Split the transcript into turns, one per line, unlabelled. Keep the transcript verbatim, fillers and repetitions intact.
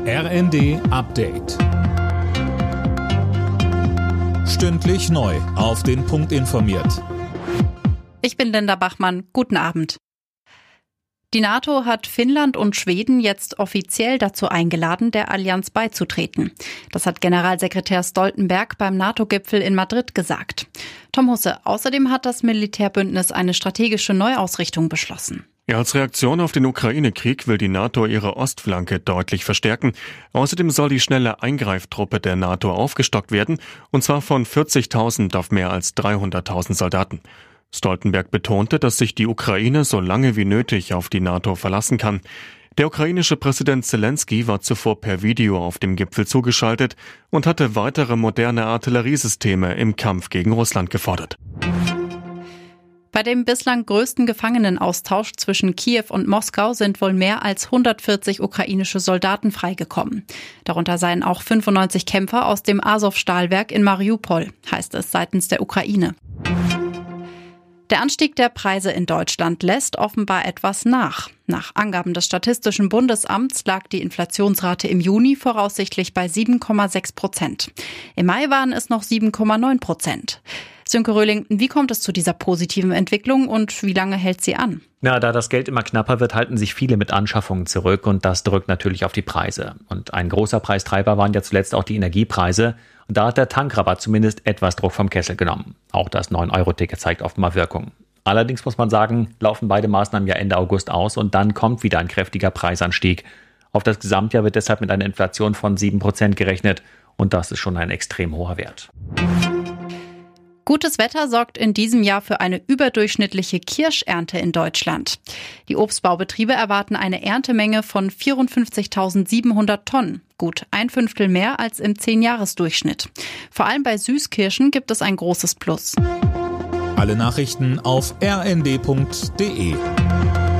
R N D Update. Stündlich neu auf den Punkt informiert.
Ich bin Linda Bachmann. Guten Abend. Die NATO hat Finnland und Schweden jetzt offiziell dazu eingeladen, der Allianz beizutreten. Das hat Generalsekretär Stoltenberg beim NATO-Gipfel in Madrid gesagt. Tom Husse, außerdem hat das Militärbündnis eine strategische Neuausrichtung beschlossen.
Ja, als Reaktion auf den Ukraine-Krieg will die NATO ihre Ostflanke deutlich verstärken. Außerdem soll die schnelle Eingreiftruppe der NATO aufgestockt werden, und zwar von vierzigtausend auf mehr als dreihunderttausend Soldaten. Stoltenberg betonte, dass sich die Ukraine so lange wie nötig auf die NATO verlassen kann. Der ukrainische Präsident Zelensky war zuvor per Video auf dem Gipfel zugeschaltet und hatte weitere moderne Artilleriesysteme im Kampf gegen Russland gefordert.
Bei dem bislang größten Gefangenenaustausch zwischen Kiew und Moskau sind wohl mehr als hundertvierzig ukrainische Soldaten freigekommen. Darunter seien auch fünfundneunzig Kämpfer aus dem Asow-Stahlwerk in Mariupol, heißt es seitens der Ukraine. Der Anstieg der Preise in Deutschland lässt offenbar etwas nach. Nach Angaben des Statistischen Bundesamts lag die Inflationsrate im Juni voraussichtlich bei sieben Komma sechs Prozent. Im Mai waren es noch sieben Komma neun Prozent. Sönke Röhling, wie kommt es zu dieser positiven Entwicklung und wie lange hält sie an?
Na, da das Geld immer knapper wird, halten sich viele mit Anschaffungen zurück und das drückt natürlich auf die Preise. Und ein großer Preistreiber waren ja zuletzt auch die Energiepreise. Und da hat der Tankrabatt zumindest etwas Druck vom Kessel genommen. Auch das neun Euro Ticket zeigt offenbar Wirkung. Allerdings muss man sagen, laufen beide Maßnahmen ja Ende August aus und dann kommt wieder ein kräftiger Preisanstieg. Auf das Gesamtjahr wird deshalb mit einer Inflation von sieben Prozent gerechnet und das ist schon ein extrem hoher Wert.
Gutes Wetter sorgt in diesem Jahr für eine überdurchschnittliche Kirschernte in Deutschland. Die Obstbaubetriebe erwarten eine Erntemenge von vierundfünfzigtausendsiebenhundert Tonnen, gut ein Fünftel mehr als im zehn-Jahres-Durchschnitt. Vor allem bei Süßkirschen gibt es ein großes Plus.
Alle Nachrichten auf r n d punkt d e.